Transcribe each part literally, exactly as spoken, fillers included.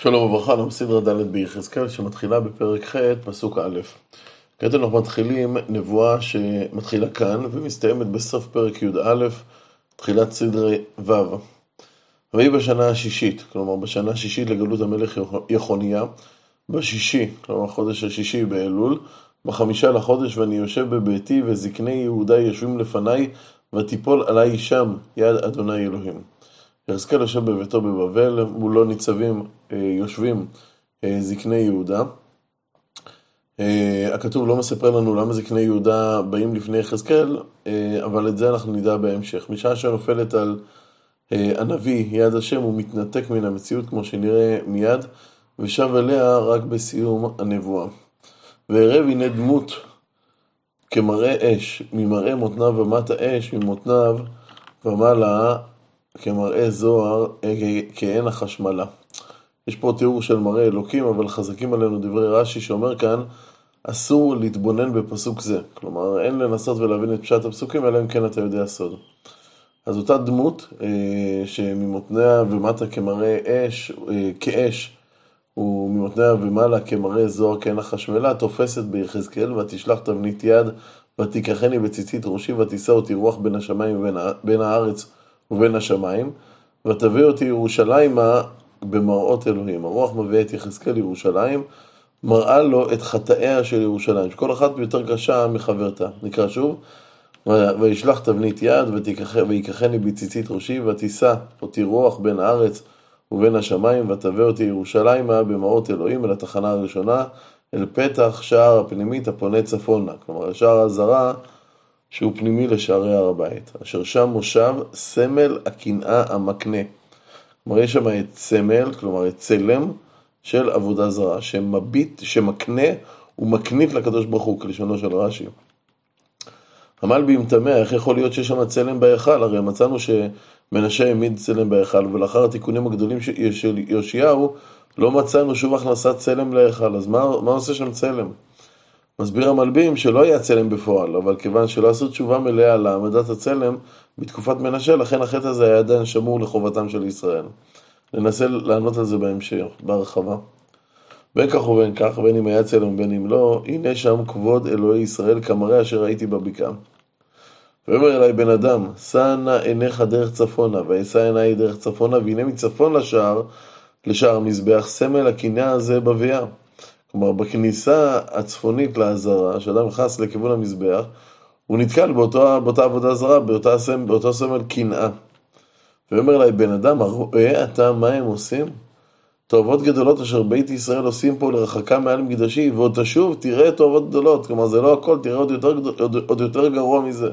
שלום וברכה, אנחנו בסדרה ד' ביחזקאל שמתחילה בפרק ח' פסוק א'. כעת אנחנו מתחילים נבואה שמתחילה כאן ומסתיימת בסוף פרק י"א, תחילת סדרי ו'. והיא בשנה השישית, כלומר בשנה השישית לגלות המלך יחוניה, בשישי, כלומר חודש השישי באלול, בחמישה לחודש, ואני יושב בביתי וזקני יהודה יושבים לפניי, ותיפול עליי שם יד אדוני אלוהים. יחזקאל יושב בביתו בבבל, מולו ניצבים, יושבים זקני יהודה. הכתוב לא מספר לנו למה זקני יהודה באים לפני יחזקאל, אבל את זה אנחנו נדע בהמשך. משעה שנופלת על הנביא יד השם, הוא מתנתק מן המציאות כמו שנראה מיד, ושב אליה רק בסיום הנבואה. וערב הנה דמות כמראה אש, ממראה מותניו ומטה אש, ממותניו ומעלה כמראה זוהר, כעין החשמלה. יש פה תיאור של מראה אלוקים, אבל חזקים עלינו דברי רש"י שאומר כאן, אסור להתבונן בפסוק זה. כלומר, אין לנסות ולהבין את פשט הפסוקים, אלא אם כן אתה יודע סוד. אז אותה דמות שממותניה ומטה כמראה אש, כאש, וממותניה ומעלה כמראה זוהר כעין החשמלה, תופסת ביחזקאל, ותשלח תבנית יד, ותיקחני בציצית ראשי, ותישא אותי רוח בין השמיים ובין, בין הארץ ובין השמיים, ותביא אותי ירושלימה במראות אלוהים. הרוח מביא את יחזקאל לירושלים, מראה לו את חטאיה של ירושלים, שכל אחת יותר קשה מחברתה. נקרא שוב, וישלח תבנית יד, ויקחני בציצית ראשי, ותישא אותי רוח בין הארץ ובין השמיים, ותביא אותי ירושלימה במראות אלוהים, אל התחנה הראשונה, אל פתח שער הפנימית הפונה צפונה, כלומר שער הזרה שהוא פנימי לשערי הר הבית, אשר שם מושב סמל הקנאה המקנה. כלומר יש שם את סמל, כלומר את צלם של עבודה זרה, שמביט, שמקנה ומקנית לקדוש ברוך הוא, כלשונו של רש"י. המלבי מתמה, איך יכול להיות שיש שם צלם בהיכל? הרי מצאנו שמנשה העמיד צלם בהיכל, ולאחר התיקונים הגדולים של יאשיהו, לא מצאנו שוב הכנסת צלם להיכל. אז מה, מה עושה שם צלם? מסביר המלבים שלא היה צלם בפועל, אבל כיוון שלא עשו תשובה מלאה על העמדת הצלם בתקופת מנשה, לכן החטא הזה היה עדיין שמור לחובתם של ישראל. ננסה לענות על זה בהמשך, בהרחבה. בין כך ובין כך, בין אם היה צלם ובין אם לא, הנה שם כבוד אלוהי ישראל כמראה אשר ראיתי בבקעה. ואומר אליי בן אדם, שא נא עיניך דרך צפונה, ואשא עיניי דרך צפונה, והנה מצפון לשער, לשער מזבח, סמל הקנאה הזה בביאה. כלומר, בכניסה הצפונית לעזרה, שאדם נכנס לכיוון המזבח, הוא נתקל באותו, באותה עבודה זרה, באותה, באותו סמל קנאה. ואומר אליי בן אדם, הרואה אתה מה הם עושים? תועבות גדולות אשר בית ישראל עושים פה לרחקה מעל מקדשי, ועוד תשוב תראה תועבות גדולות. כלומר, זה לא הכל, תראה עוד יותר, עוד, עוד יותר גרוע מזה.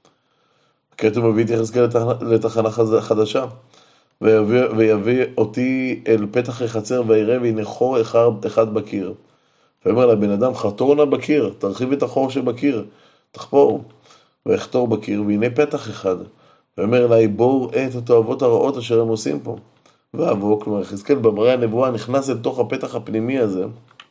כעת הוא מביא את יחזקאל לתחנה חדשה, ויביא, ויביא אותי אל פתח החצר, ויראה והנה חור אחד, אחד בקיר. ואומר לה, בן אדם, חתור נא בקיר, תרחיב את החור שבקיר, תחפור, ויחתור בקיר, והנה פתח אחד. ואומר לה, בואו ראה את התועבות הרעות אשר הם עושים פה. ואבוא, כלומר, יחזקאל במראה הנבואה נכנס אל תוך הפתח הפנימי הזה,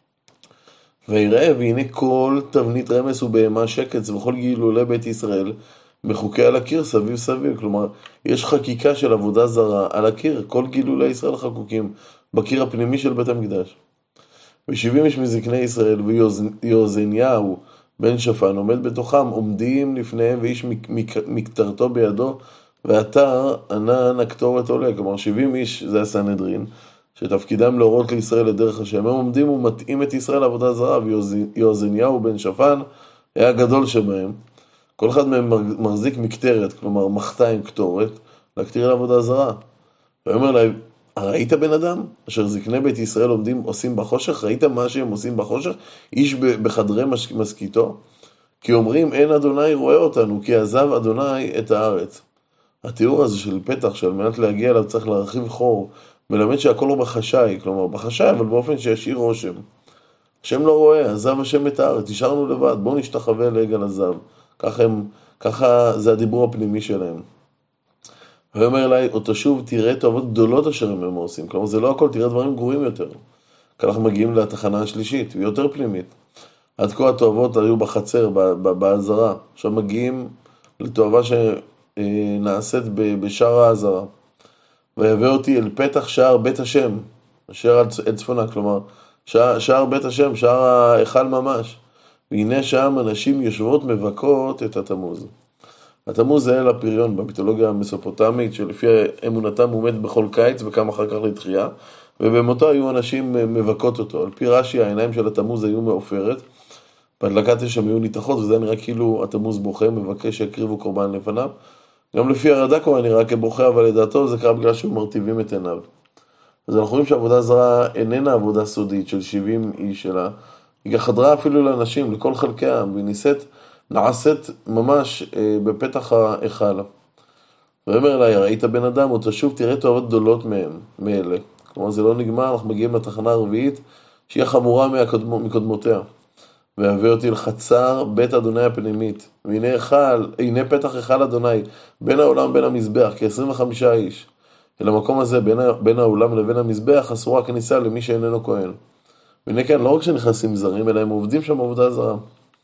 ויראה, והנה כל תבנית רמס ובהמה שקץ, וכל גילולי בית ישראל, מחוקי על הקיר סביב סביב. כלומר, יש חקיקה של עבודה זרה על הקיר, כל גילולי ישראל חקוקים בקיר הפנימי של בית המקדש. ושבעים איש מזקני ישראל ויוזניהו בן שפן עומד בתוכם, עומדים לפניהם ואיש מקטרתו בידו, ואתר ענן הקטורת עולה. כלומר, שבעים איש זה הסנהדרין, שתפקידם להורות לישראל לדרך השם. הם עומדים ומתאים את ישראל לעבודה זרה, ויוזניהו בן שפן היה גדול שבהם. כל אחד מהם מחזיק מקטרת, כלומר מחתה עם קטורת, להקטיר לעבודה זרה. ואומר לה, ראית בן אדם? אשר זקני בית ישראל עומדים, עושים בחושך? ראית מה שהם עושים בחושך? איש בחדרי מסכיתו? כי אומרים, אין אדוני רואה אותנו, כי עזב אדוני את הארץ. התיאור הזה של פתח, שעל מנת להגיע אליו צריך להרחיב חור, מלמד שהכל הוא בחשאי, כלומר בחשאי, אבל באופן שישאיר רושם. השם לא רואה, עזב השם את הארץ, תשארנו לבד, בואו נשתחווה לעגל הזהב. ככה, הם, ככה זה הדיבור הפנימי שלהם. ואומר אליי, או תשוב תראה תועבות גדולות אשר הם, הם עושים. כלומר, זה לא הכל, תראה דברים גרועים יותר. כי אנחנו מגיעים לתחנה השלישית, ויותר פנימית. עד כה התועבות היו בחצר, בעזרה. עכשיו מגיעים לתועבה שנעשית בשער העזרה. ויביא אותי אל פתח שער בית השם. אשר עד צפונה, כלומר, שער, שער בית השם, שער ההיכל ממש. והנה שם אנשים יושבות מבכות את התמוז. התמוז זה אל הפריון במיתולוגיה המסופוטמית, שלפי אמונתם הוא מת בכל קיץ וקם אחר כך לתחייה, ובמותו היו אנשים מבכות אותו. על פי רש"י העיניים של התמוז היו מעופרת, בהדלקת אש הם היו ניתחות, וזה נראה כאילו התמוז בוכה, מבקש שיקריבו קורבן לפניו. גם לפי הרד"ק הוא נראה כבוכה, אבל לדעתו זה קרה בגלל שהוא מרטיבים את עיניו. אז אנחנו רואים שעבודה זרה איננה עבודה סודית של שבעים איש שלה, היא חדרה אפילו לאנשים, לכל חלקי העם, והיא ניסית, נעשית ממש אה, בפתח ההיכל. ואומר אליי, ראית בן אדם, או תשוב תראה תועבות גדולות מהם, מאלה. כלומר זה לא נגמר, אנחנו מגיעים לתחנה הרביעית, שהיא חמורה מהקודמו, מקודמותיה. והביא אותי לחצר בית אדוני הפנימית, והנה היכל, הנה פתח היכל אדוני, בין העולם בין המזבח, כ-עשרים וחמישה איש. אל המקום הזה, בין, בין העולם לבין המזבח, אסורה כניסה למי שאיננו כהן. והנה כן, לא רק שנכנסים זרים, אלא הם עובדים שם עבודה זרה.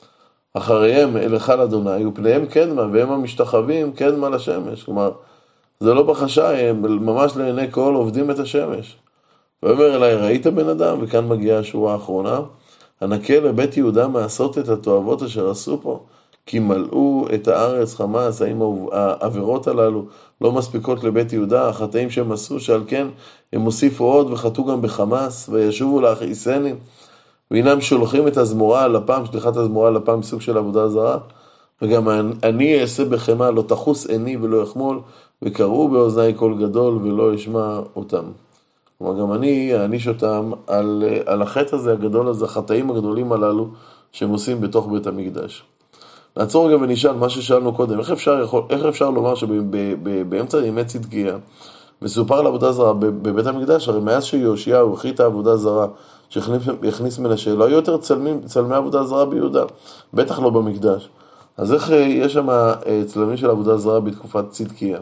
אחריהם אל היכל אדוני, ופניהם קדמה, והם המשתחווים קדמה לשמש. כלומר, זה לא בחשאי, הם ממש לעיני כל עובדים את השמש. ואומר אליי, ראית בן אדם? וכאן מגיעה השורה האחרונה. הנקה לבית יהודה מעשות את התועבות אשר עשו פה, כי מלאו את הארץ חמאס. האם העבירות הללו לא מספיקות לבית יהודה? החטאים שהם עשו, שעל כן הם הוסיפו עוד וחטאו גם בחמאס, וישובו להכעיסני. והנם שולחים את הזמורה על הפעם, שליחת הזמורה על הפעם סוג של עבודה זרה. וגם אני אעשה בחמה, לא תחוס עיני ולא יחמול, וקראו באוזני קול גדול ולא ישמע אותם. כלומר, גם אני אעניש אותם על, על החטא הזה הגדול הזה, החטאים הגדולים הללו שהם עושים בתוך בית המקדש. נעצור רגע ונשאל מה ששאלנו קודם, איך אפשר, יכול, איך אפשר לומר שבאמצע ימי צדקיה מסופר על עבודה זרה בבית המקדש? הרי מאז שיהושיהו הכריע את העבודה זרה שהכניס מנשה, לא היו יותר צלמים, צלמי עבודה זרה ביהודה, בטח לא במקדש. אז איך יש שם צלמים של עבודה זרה בתקופת צדקיה?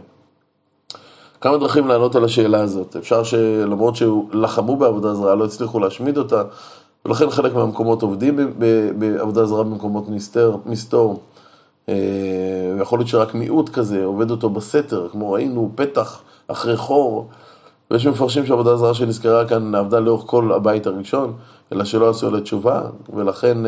כמה דרכים לענות על השאלה הזאת. אפשר שלמרות שלחמו בעבודה זרה, לא הצליחו להשמיד אותה, ולכן חלק מהמקומות עובדים בעבודה זרה במקומות מסתר, מסתור. יכול להיות שרק מיעוט כזה עובד אותו בסתר, כמו ראינו, פתח אחרי חור. ויש מפרשים שעבודה זרה שנזכרה כאן עבדה לאורך כל הבית הראשון, אלא שלא עשו לה תשובה, ולכן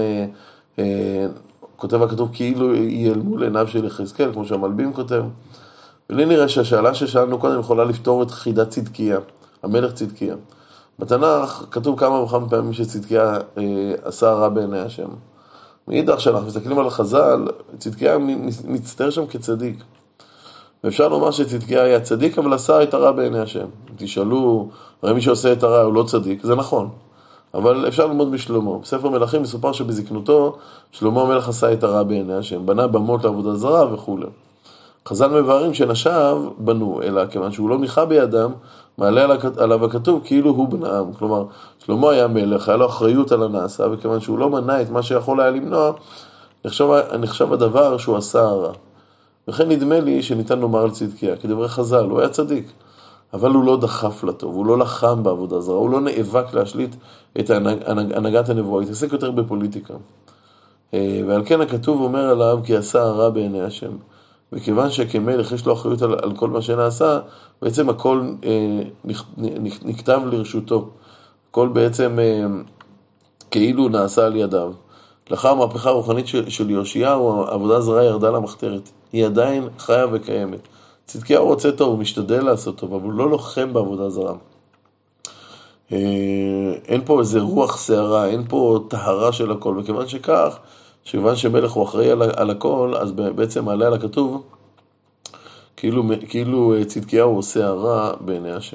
כותב הכתוב כאילו ייעלמו לעיניו של יחזקאל, כמו שהמלבים כותב. ולי נראה שהשאלה ששאלנו קודם יכולה לפתור את חידת צדקיה, המלך צדקיה. בתנ"ך כתוב כמה וכמה פעמים שצדקיה אה, עשה רע בעיני השם. מאידך שאנחנו מסתכלים על חז"ל, צדקיה מצטער שם כצדיק. ואפשר לומר שצדקיה היה צדיק, אבל עשה את הרע בעיני השם. תשאלו, הרי מי שעושה את הרע הוא לא צדיק, זה נכון. אבל אפשר ללמוד משלמה. בספר מלכים מסופר שבזקנותו, שלמה המלך עשה את הרע בעיני השם. בנה במות לעבודה זרה וכו'. חז"ל מבארים שנשיו בנו, אלא כיוון שהוא לא ניחא בידם, מעלה עליו הכתוב כאילו הוא בן עם. כלומר, שלמה היה מלך, היה לו אחריות על הנעשה, וכיוון שהוא לא מנע את מה שיכול היה למנוע, נחשב, נחשב הדבר שהוא עשה הרע. וכן נדמה לי שניתן לומר על צדקיה, כדברי חז"ל, הוא היה צדיק, אבל הוא לא דחף לטוב, הוא לא לחם בעבודה זרה, הוא לא נאבק להשליט את הנהגת הנבואה, התעסק יותר בפוליטיקה. ועל כן הכתוב אומר עליו כי עשה הרע בעיני השם. וכיוון שכמלך יש לו אחריות על, על כל מה שנעשה, בעצם הכל אה, נכתב לרשותו. הכל בעצם אה, כאילו נעשה על ידיו. לאחר המהפכה הרוחנית של, של יהושיהו, העבודה זרה ירדה למחתרת. היא עדיין חיה וקיימת. צדקיהו רוצה טוב, הוא משתדל לעשות טוב, אבל הוא לא לוחם בעבודה זרה. אה, אין פה איזה רוח שערה, אין פה טהרה של הכל, וכיוון שכך, שכיוון שמלך הוא אחראי על, על הכל, אז בעצם מעלה על הכתוב, כאילו, כאילו צדקיהו עושה הרע בעיני השם.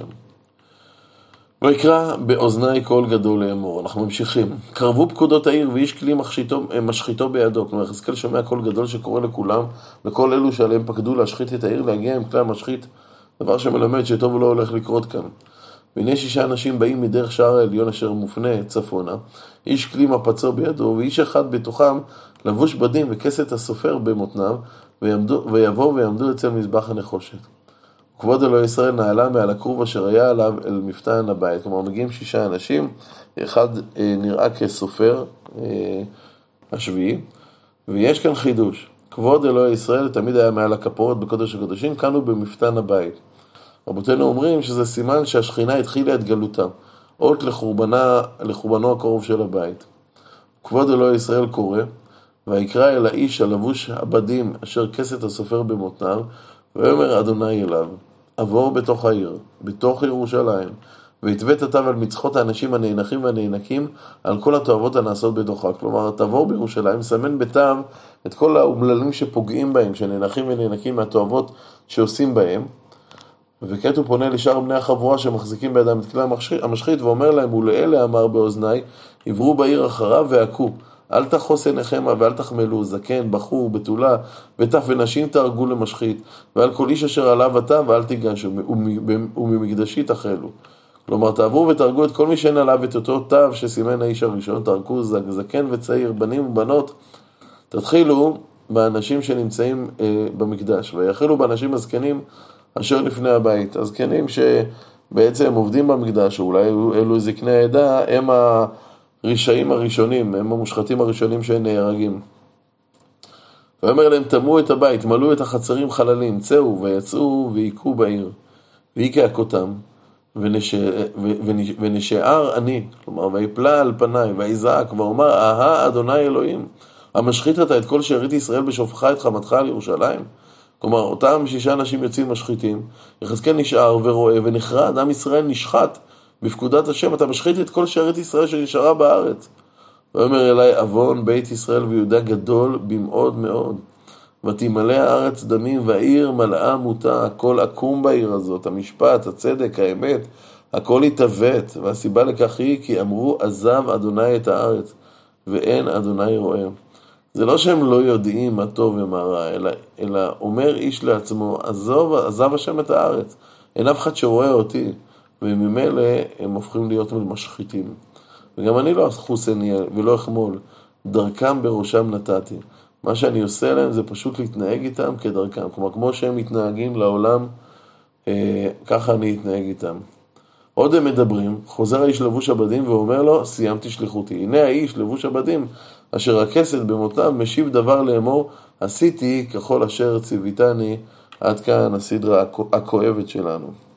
ויקרא באוזני קול גדול לאמור. אנחנו ממשיכים. קרבו פקודות העיר ואיש כלי משחיתו, משחיתו בידו. כלומר, יחזקאל שומע קול גדול שקורא לכולם, וכל אלו שעליהם פקדו להשחית את העיר, להגיע עם כלי המשחית, דבר שמלמד שטוב לא הולך לקרות כאן. והנה שישה אנשים באים מדרך שער העליון אשר מופנה צפונה, איש כלי מפצו בידו, ואיש אחד בתוכם לבוש בדים וכסת הסופר במותניו, ויעמדו, ויבוא ויעמדו אצל מזבח הנחושת. וכבוד אלוהי ישראל נעלה מעל הכרוב אשר היה עליו אל מפתן הבית. כלומר, מגיעים שישה אנשים, אחד אה, נראה כסופר אה, השביעי, ויש כאן חידוש. כבוד אלוהי ישראל תמיד היה מעל הכפורת בקודש הקודשים, כאן הוא במפתן הבית. רבותינו אומרים שזה סימן שהשכינה התחילה את גלותה. אות לחורבנה, לחורבנו הקרוב של הבית. כבוד אלוהי ישראל קורא, ויקרא אל האיש הלבוש הבדים אשר כסת הסופר במותניו, ויאמר אדוני אליו, עבור בתוך העיר, בתוך ירושלים, והתווית התו על מצחות האנשים הנאנחים והנאנקים, על כל התועבות הנעשות בתוכה. כלומר, תעבור בירושלים, סמן בתו את כל האומללים שפוגעים בהם, שנאנחים ונאנקים מהתועבות שעושים בהם, וכעת הוא פונה לשאר בני החבורה שמחזיקים בידם את כלי המשחית, ואומר להם, ולאלה אמר באוזני, עברו בעיר אחריו והכו. אל תחוס עיניכם ואל תחמלו, זקן, בחור, בתולה, וטף ונשים תהרגו למשחית, ועל כל איש אשר עליו אתה ואל תיגשו, וממקדשי תחלו. כלומר, תעברו ותהרגו את כל מי שאין עליו את אותו תו שסימן האיש הראשון, תהרגו זקן וצעיר, בנים ובנות, תתחילו באנשים שנמצאים אה, במקדש, ויחלו באנשים הזקנים אשר לפני הבית. הזקנים שבעצם עובדים במקדש, או אולי אלו זקני העדה, הם הרשעים הראשונים, הם המושחתים הראשונים שנהרגים. ואומר להם, תמו את הבית, מלאו את החצרים חללים, צאו ויצאו ויקו בעיר, ויקעק אותם, ונש... ונשאר אני, כלומר, ויפלה על פניי, ויזעק, ואומר, אהה אדוני אלוהים, המשחית אתה את כל שארית ישראל בשופך את חמתך על ירושלים? כלומר, אותם שישה אנשים יוצאים משחיתים, יחזקאל נשאר ורואה ונחרד, עם ישראל נשחט בפקודת השם, אתה משחית את כל שארית ישראל שנשארה בארץ. ואומר אליי, אבון בית ישראל ויהודה גדול במאוד מאוד, ותמלא הארץ דמים, והעיר מלאה מותה, הכל עקום בעיר הזאת, המשפט, הצדק, האמת, הכל התאבט, והסיבה לכך היא כי אמרו עזב אדוני את הארץ, ואין אדוני רואה. זה לא שהם לא יודעים מה טוב ומה רע, אלא, אלא אומר איש לעצמו, עזוב, עזב השם את הארץ, אין אף אחד שרואה אותי, וממילא הם הופכים להיות משחיתים. וגם אני לא אחוס עיני ולא אחמול, דרכם בראשם נתתי. מה שאני עושה להם זה פשוט להתנהג איתם כדרכם, כלומר כמו שהם מתנהגים לעולם, אה, ככה אני אתנהג איתם. עוד הם מדברים, חוזר האיש לבוש הבדים ואומר לו, סיימתי שליחותי. הנה האיש לבוש הבדים, אשר הכסת במותיו, משיב דבר לאמור, עשיתי ככל אשר ציוויתני. עד כאן הסדרה הכואבת שלנו.